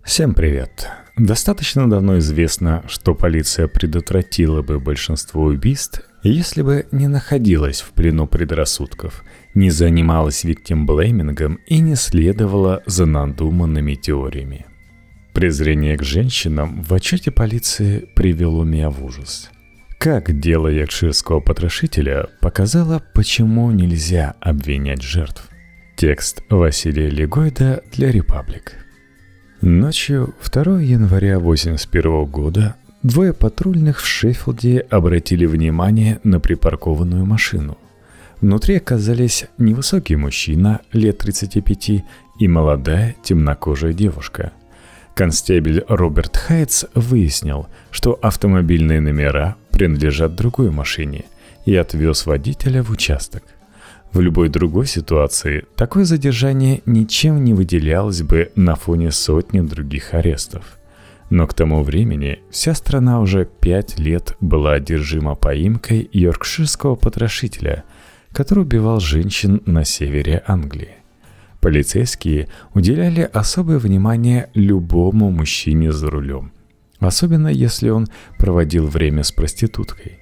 Всем привет! Достаточно давно известно, что полиция предотвратила бы большинство убийств, если бы не находилась в плену предрассудков, не занималась виктимблеймингом и не следовала за надуманными теориями. Презрение к женщинам в отчете полиции привело меня в ужас. Как дело йоркширского потрошителя показало, почему нельзя обвинять жертв. Текст Василия Легойда для Republic. Ночью 2 января 1981 года двое патрульных в Шеффилде обратили внимание на припаркованную машину. Внутри оказались невысокий мужчина лет 35 и молодая темнокожая девушка. Констебль Роберт Хайтс выяснил, что автомобильные номера принадлежат другой машине, и отвез водителя в участок. В любой другой ситуации такое задержание ничем не выделялось бы на фоне сотни других арестов. Но к тому времени вся страна уже 5 лет была одержима поимкой йоркширского потрошителя, который убивал женщин на севере Англии. Полицейские уделяли особое внимание любому мужчине за рулем, особенно если он проводил время с проституткой.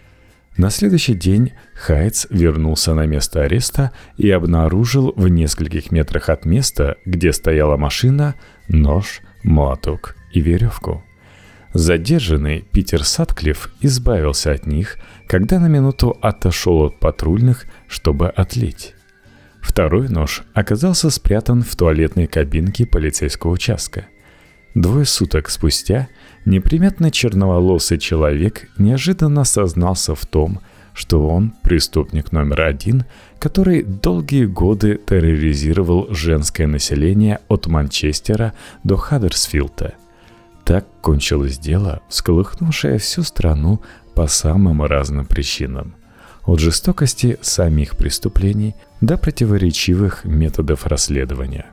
На следующий день Хайтс вернулся на место ареста и обнаружил в нескольких метрах от места, где стояла машина, нож, молоток и веревку. Задержанный Питер Сатклифф избавился от них, когда на минуту отошел от патрульных, чтобы отлить. Второй нож оказался спрятан в туалетной кабинке полицейского участка. 2 суток спустя неприметный черноволосый человек неожиданно сознался в том, что он преступник номер 1, который долгие годы терроризировал женское население от Манчестера до Хаддерсфилда. Так кончилось дело, всколыхнувшее всю страну по самым разным причинам. От жестокости самих преступлений до противоречивых методов расследования.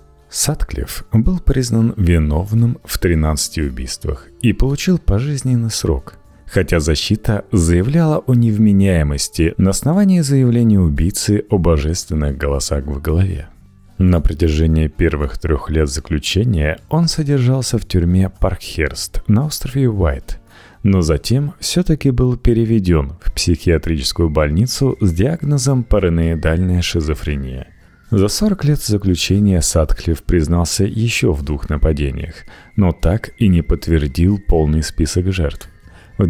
Сатклифф был признан виновным в 13 убийствах и получил пожизненный срок, хотя защита заявляла о невменяемости на основании заявления убийцы о божественных голосах в голове. На протяжении первых 3 лет заключения он содержался в тюрьме Паркхерст на острове Уайт, но затем все-таки был переведен в психиатрическую больницу с диагнозом параноидальная шизофрения. За 40 лет заключения Сатклифф признался еще в 2 нападениях, но так и не подтвердил полный список жертв. В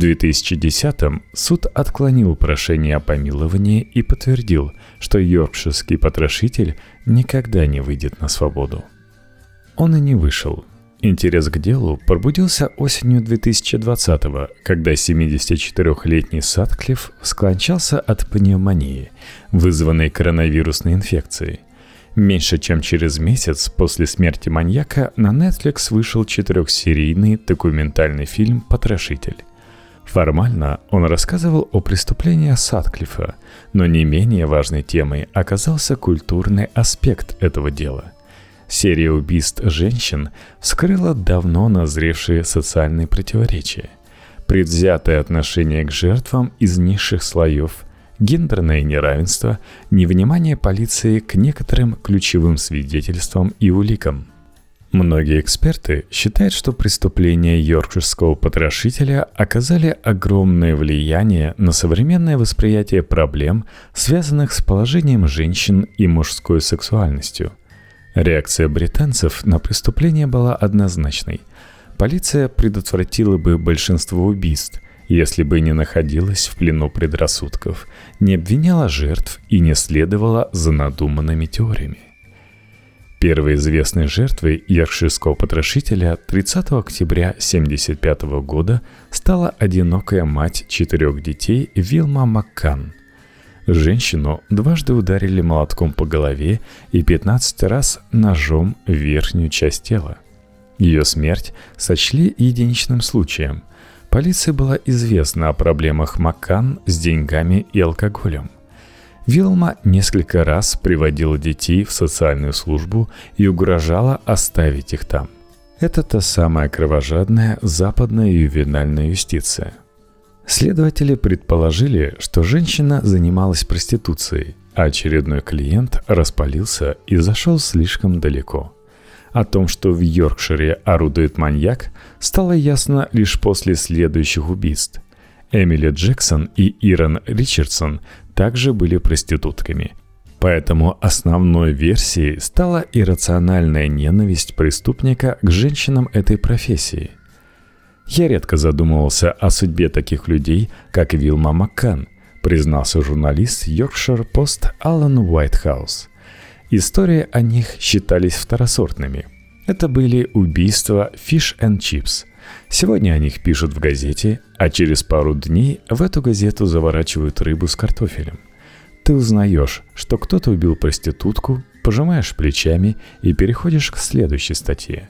2010-м суд отклонил прошение о помиловании и подтвердил, что йоркширский потрошитель никогда не выйдет на свободу. Он и не вышел. Интерес к делу пробудился осенью 2020-го, когда 74-летний Сатклифф скончался от пневмонии, вызванной коронавирусной инфекцией. Меньше чем через месяц после смерти маньяка на Netflix вышел 4-серийный документальный фильм «Потрошитель». Формально он рассказывал о преступлениях Сатклиффа, но не менее важной темой оказался культурный аспект этого дела. Серия убийств женщин вскрыла давно назревшие социальные противоречия. Предвзятое отношение к жертвам из низших слоев, гендерное неравенство, невнимание полиции к некоторым ключевым свидетельствам и уликам. Многие эксперты считают, что преступления йоркширского потрошителя оказали огромное влияние на современное восприятие проблем, связанных с положением женщин и мужской сексуальностью. Реакция британцев на преступление была однозначной. Полиция предотвратила бы большинство убийств, если бы не находилась в плену предрассудков, не обвиняла жертв и не следовала за надуманными теориями. Первой известной жертвой йоркширского потрошителя 30 октября 1975 года стала одинокая мать 4 детей Вилма Маккан. Женщину дважды ударили молотком по голове и 15 раз ножом в верхнюю часть тела. Ее смерть сочли единичным случаем. Полиции было известно о проблемах Маккан с деньгами и алкоголем. Вилма несколько раз приводила детей в социальную службу и угрожала оставить их там. Это та самая кровожадная западная ювенальная юстиция. Следователи предположили, что женщина занималась проституцией, а очередной клиент распалился и зашел слишком далеко. О том, что в Йоркшире орудует маньяк, стало ясно лишь после следующих убийств. Эмили Джексон и Ирон Ричардсон также были проститутками. Поэтому основной версией стала иррациональная ненависть преступника к женщинам этой профессии. «Я редко задумывался о судьбе таких людей, как Вилма Маккан», признался журналист Yorkshire Post Алан Уайтхаус. Истории о них считались второсортными. Это были убийства Fish and Chips. Сегодня о них пишут в газете, а через пару дней в эту газету заворачивают рыбу с картофелем. Ты узнаешь, что кто-то убил проститутку, пожимаешь плечами и переходишь к следующей статье.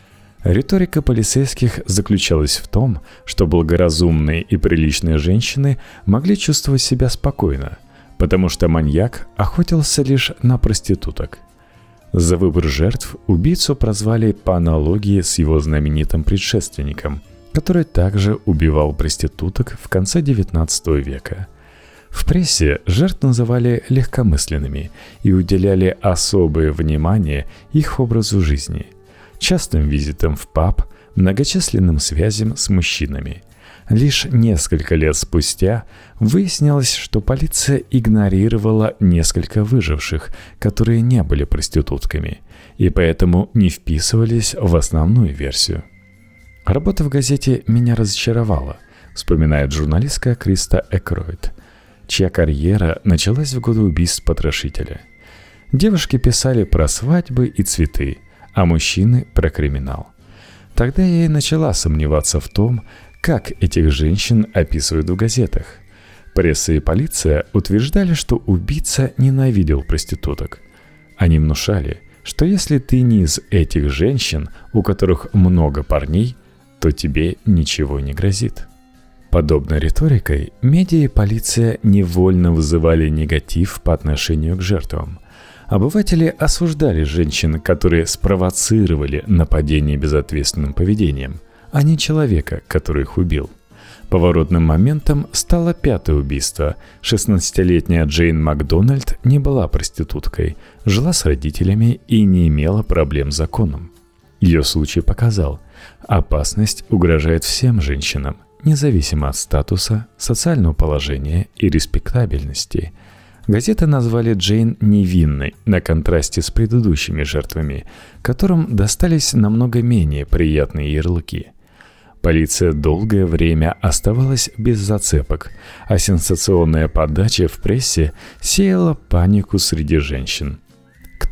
Риторика полицейских заключалась в том, что благоразумные и приличные женщины могли чувствовать себя спокойно, потому что маньяк охотился лишь на проституток. За выбор жертв убийцу прозвали по аналогии с его знаменитым предшественником, который также убивал проституток в конце XIX века. В прессе жертв называли легкомысленными и уделяли особое внимание их образу жизни, частым визитам в паб, многочисленным связям с мужчинами. Лишь несколько лет спустя выяснилось, что полиция игнорировала несколько выживших, которые не были проститутками, и поэтому не вписывались в основную версию. «Работа в газете меня разочаровала», вспоминает журналистка Криста Экройд, чья карьера началась в годы убийств потрошителя. Девушки писали про свадьбы и цветы, а мужчины – про криминал. Тогда я и начала сомневаться в том, как этих женщин описывают в газетах. Пресса и полиция утверждали, что убийца ненавидел проституток. Они внушали, что если ты не из этих женщин, у которых много парней, то тебе ничего не грозит. Подобной риторикой медиа и полиция невольно вызывали негатив по отношению к жертвам. Обыватели осуждали женщин, которые спровоцировали нападение безответственным поведением, а не человека, который их убил. Поворотным моментом стало пятое убийство. 16-летняя Джейн Макдональд не была проституткой, жила с родителями и не имела проблем с законом. Ее случай показал, опасность угрожает всем женщинам, независимо от статуса, социального положения и респектабельности. Газеты назвали Джейн невинной на контрасте с предыдущими жертвами, которым достались намного менее приятные ярлыки. Полиция долгое время оставалась без зацепок, а сенсационная подача в прессе сеяла панику среди женщин. К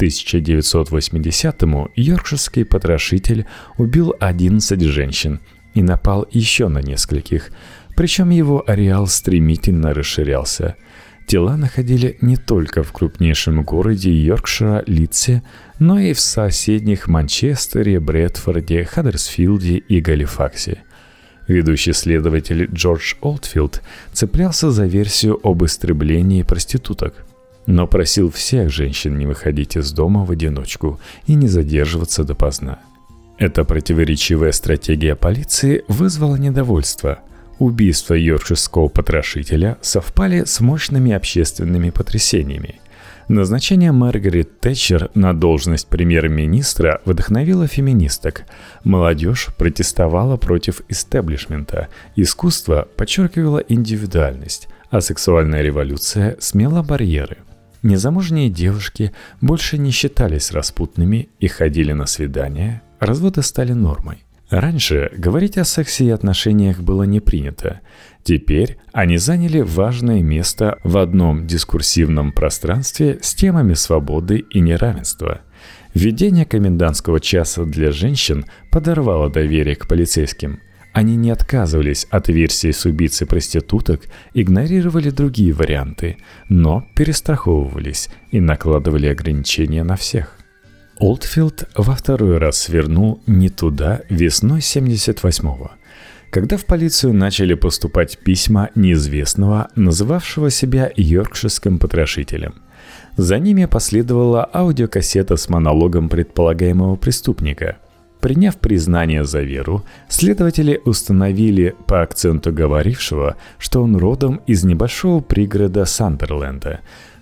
1980-му йоркширский потрошитель убил 11 женщин и напал еще на нескольких, причем его ареал стремительно расширялся. Тела находили не только в крупнейшем городе Йоркшира Лидсе, но и в соседних Манчестере, Брэдфорде, Хаддерсфилде и Галифаксе. Ведущий следователь Джордж Олдфилд цеплялся за версию об истреблении проституток, но просил всех женщин не выходить из дома в одиночку и не задерживаться допоздна. Эта противоречивая стратегия полиции вызвала недовольство. Убийства йоркширского потрошителя совпали с мощными общественными потрясениями. Назначение Маргарет Тэтчер на должность премьер-министра вдохновило феминисток. Молодежь протестовала против истеблишмента, искусство подчеркивало индивидуальность, а сексуальная революция смела барьеры. Незамужние девушки больше не считались распутными и ходили на свидания, разводы стали нормой. Раньше говорить о сексе и отношениях было не принято. Теперь они заняли важное место в одном дискурсивном пространстве с темами свободы и неравенства. Введение комендантского часа для женщин подорвало доверие к полицейским. Они не отказывались от версии с убийцей проституток, игнорировали другие варианты, но перестраховывались и накладывали ограничения на всех. Олдфилд во второй раз свернул не туда весной 78-го, когда в полицию начали поступать письма неизвестного, называвшего себя йоркширским потрошителем. За ними последовала аудиокассета с монологом предполагаемого преступника. Приняв признание за веру, следователи установили по акценту говорившего, что он родом из небольшого пригорода Сандерленда.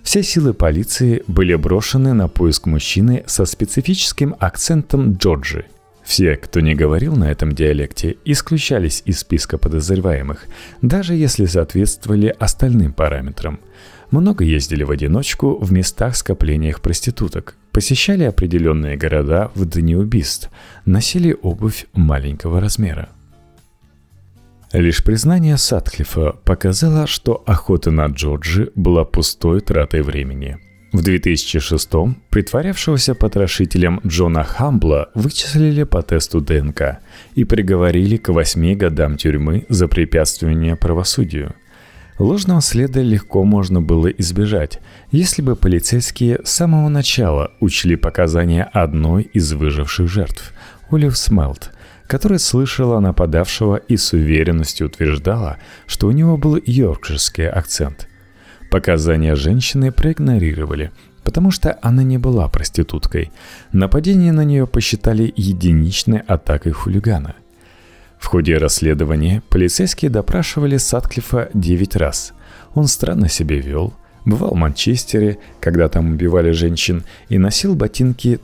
Все силы полиции были брошены на поиск мужчины со специфическим акцентом Джорджи. Все, кто не говорил на этом диалекте, исключались из списка подозреваемых, даже если соответствовали остальным параметрам. Много ездили в одиночку в местах скопления проституток, посещали определенные города в дни убийств, носили обувь маленького размера. Лишь признание Сатклиффа показало, что охота на Джорджи была пустой тратой времени. В 2006-м притворявшегося потрошителем Джона Хамбла вычислили по тесту ДНК и приговорили к 8 годам тюрьмы за препятствование правосудию. Ложного следа легко можно было избежать, если бы полицейские с самого начала учли показания одной из выживших жертв, Олив Смелт, которая слышала нападавшего и с уверенностью утверждала, что у него был йоркширский акцент. Показания женщины проигнорировали, потому что она не была проституткой. Нападение на нее посчитали единичной атакой хулигана. В ходе расследования полицейские допрашивали Сатклиффа 9 раз. Он странно себя вел, бывал в Манчестере, когда там убивали женщин, и носил ботинки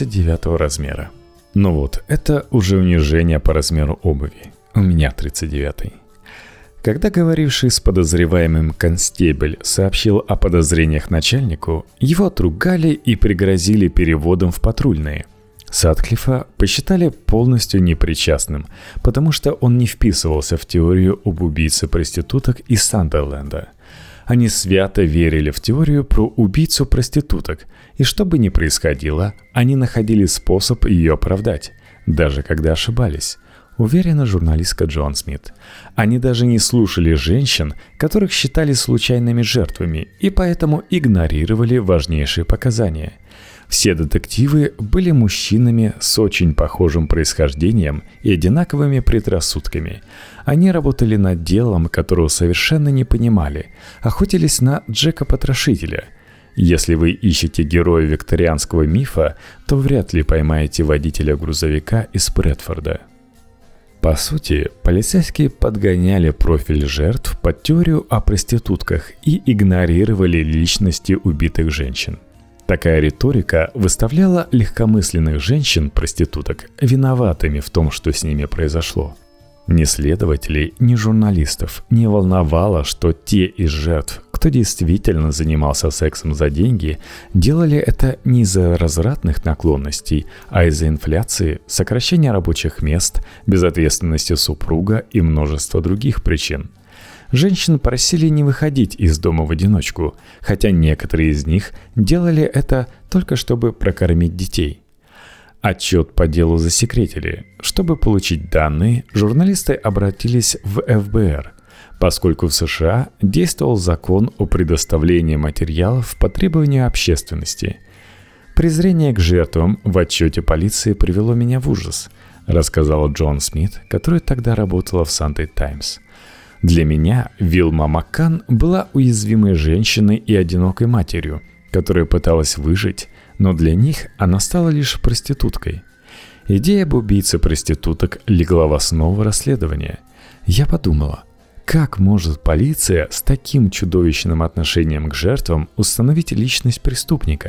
39 размера. Но вот это уже унижение по размеру обуви. У меня 39. Когда говоривший с подозреваемым констебль сообщил о подозрениях начальнику, его отругали и пригрозили переводом в патрульные. Сатклиффа посчитали полностью непричастным, потому что он не вписывался в теорию об убийце проституток из Сандерленда. Они свято верили в теорию про убийцу проституток, и что бы ни происходило, они находили способ ее оправдать, даже когда ошибались. Уверена журналистка Джоан Смит. Они даже не слушали женщин, которых считали случайными жертвами, и поэтому игнорировали важнейшие показания. Все детективы были мужчинами с очень похожим происхождением и одинаковыми предрассудками. Они работали над делом, которого совершенно не понимали, охотились на Джека-потрошителя. Если вы ищете героя викторианского мифа, то вряд ли поймаете водителя грузовика из Брэдфорда. По сути, полицейские подгоняли профиль жертв под теорию о проститутках и игнорировали личности убитых женщин. Такая риторика выставляла легкомысленных женщин-проституток виноватыми в том, что с ними произошло. Ни следователей, ни журналистов не волновало, что те из жертв, кто действительно занимался сексом за деньги, делали это не из-за развратных наклонностей, а из-за инфляции, сокращения рабочих мест, безответственности супруга и множества других причин. Женщин просили не выходить из дома в одиночку, хотя некоторые из них делали это только чтобы прокормить детей. Отчет по делу засекретили. Чтобы получить данные, журналисты обратились в ФБР, поскольку в США действовал закон о предоставлении материалов по требованию общественности. Презрение к жертвам в отчете полиции привело меня в ужас, рассказала Джоан Смит, которая тогда работала в Sunday Times. Для меня Вилма Маккан была уязвимой женщиной и одинокой матерью, которая пыталась выжить, но для них она стала лишь проституткой. Идея об убийце проституток легла в основу расследования. Я подумала, как может полиция с таким чудовищным отношением к жертвам установить личность преступника?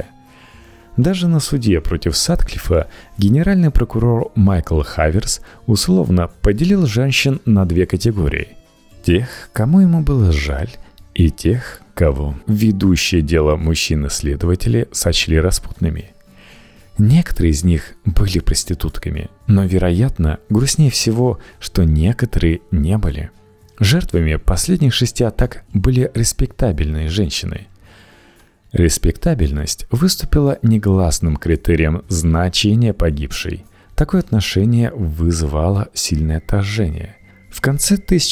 Даже на суде против Сатклиффа генеральный прокурор Майкл Хаверс условно поделил женщин на 2 категории. Тех, кому ему было жаль, и тех, кого ведущее дело мужчины-следователи сочли распутными. Некоторые из них были проститутками, но, вероятно, грустнее всего, что некоторые не были. Жертвами последних 6 атак были респектабельные женщины. Респектабельность выступила негласным критерием значения погибшей. Такое отношение вызывало сильное отторжение. В конце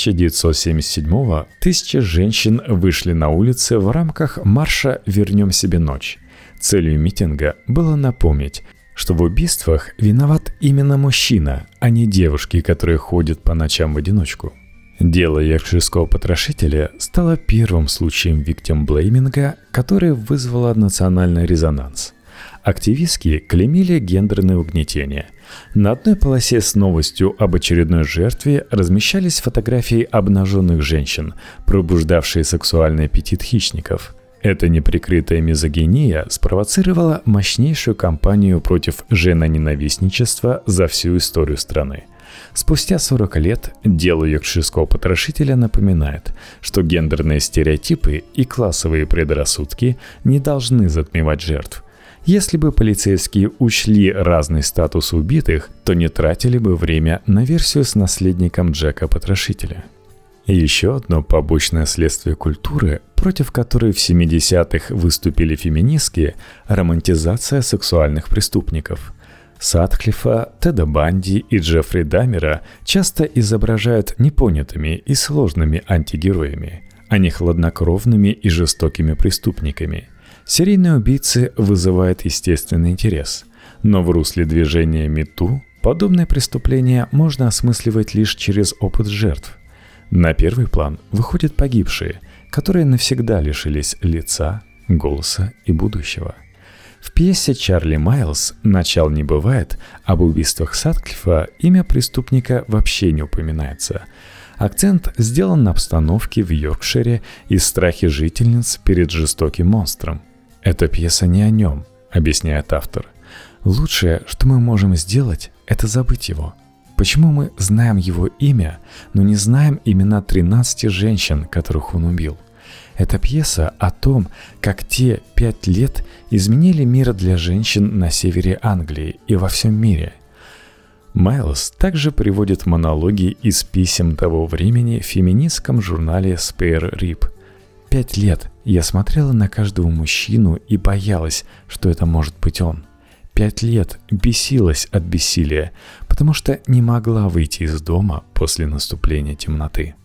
1977-го тысячи женщин вышли на улицы в рамках марша «Вернем себе ночь». Целью митинга было напомнить, что в убийствах виноват именно мужчина, а не девушки, которые ходят по ночам в одиночку. Дело йоркширского потрошителя стало первым случаем виктимблейминга, которое вызвало национальный резонанс. Активистки клеймили гендерное угнетение. На одной полосе с новостью об очередной жертве размещались фотографии обнаженных женщин, пробуждавшие сексуальный аппетит хищников. Эта неприкрытая мизогиния спровоцировала мощнейшую кампанию против женоненавистничества за всю историю страны. Спустя 40 лет дело йоркширского потрошителя напоминает, что гендерные стереотипы и классовые предрассудки не должны затмевать жертв. Если бы полицейские учли разный статус убитых, то не тратили бы время на версию с наследником Джека-потрошителя. Еще одно побочное следствие культуры, против которой в 70-х выступили феминистки – романтизация сексуальных преступников. Сатклифа, Теда Банди и Джеффри Даммера часто изображают непонятыми и сложными антигероями, а не хладнокровными и жестокими преступниками. Серийные убийцы вызывают естественный интерес, но в русле движения МИТУ подобные преступления можно осмысливать лишь через опыт жертв. На первый план выходят погибшие, которые навсегда лишились лица, голоса и будущего. В пьесе Чарли Майлз «Начал не бывает» об убийствах Сатклифа имя преступника вообще не упоминается. Акцент сделан на обстановке в Йоркшире и страхе жительниц перед жестоким монстром. «Эта пьеса не о нем», — объясняет автор. «Лучшее, что мы можем сделать, это забыть его. Почему мы знаем его имя, но не знаем имена 13 женщин, которых он убил? Эта пьеса о том, как те 5 лет изменили мир для женщин на севере Англии и во всем мире». Майлз также приводит монологи из писем того времени в феминистском журнале Spare Rib. 5 лет я смотрела на каждого мужчину и боялась, что это может быть он. 5 лет бесилась от бессилия, потому что не могла выйти из дома после наступления темноты.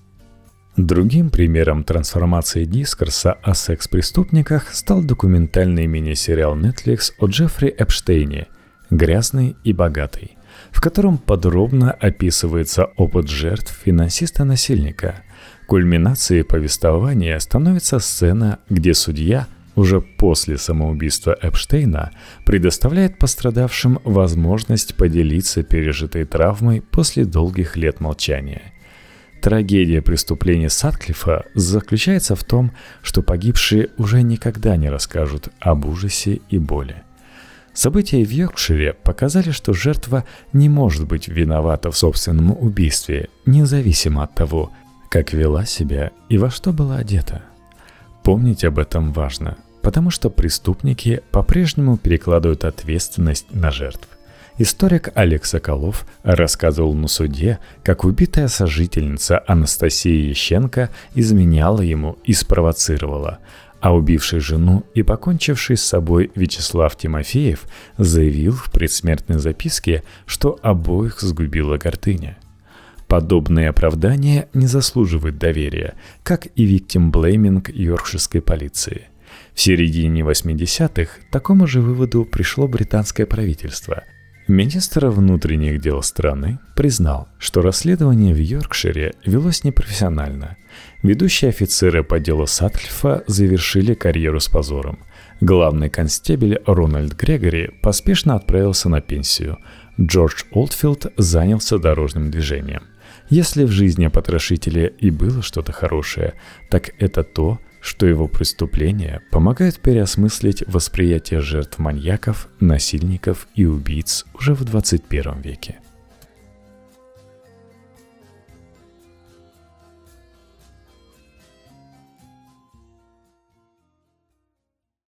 Другим примером трансформации дискурса о секс-преступниках стал документальный мини-сериал Netflix о Джеффри Эпштейне «Грязный и богатый», в котором подробно описывается опыт жертв финансиста-насильника. Кульминацией повествования становится сцена, где судья уже после самоубийства Эпштейна предоставляет пострадавшим возможность поделиться пережитой травмой после долгих лет молчания. Трагедия преступления Сатклифа заключается в том, что погибшие уже никогда не расскажут об ужасе и боли. События в Йоркшире показали, что жертва не может быть виновата в собственном убийстве, независимо от того, как вела себя и во что была одета. Помнить об этом важно, потому что преступники по-прежнему перекладывают ответственность на жертв. Историк Олег Соколов рассказывал на суде, как убитая сожительница Анастасия Ященко изменяла ему и спровоцировала, а убивший жену и покончивший с собой Вячеслав Тимофеев заявил в предсмертной записке, что обоих сгубила гордыня. Подобные оправдания не заслуживают доверия, как и виктим-блейминг йоркширской полиции. В середине 80-х к такому же выводу пришло британское правительство. Министр внутренних дел страны признал, что расследование в Йоркшире велось непрофессионально. Ведущие офицеры по делу Сатклифа завершили карьеру с позором. Главный констебль Рональд Грегори поспешно отправился на пенсию. Джордж Олдфилд занялся дорожным движением. Если в жизни потрошителя и было что-то хорошее, так это то, что его преступления помогают переосмыслить восприятие жертв маньяков, насильников и убийц уже в 21 веке.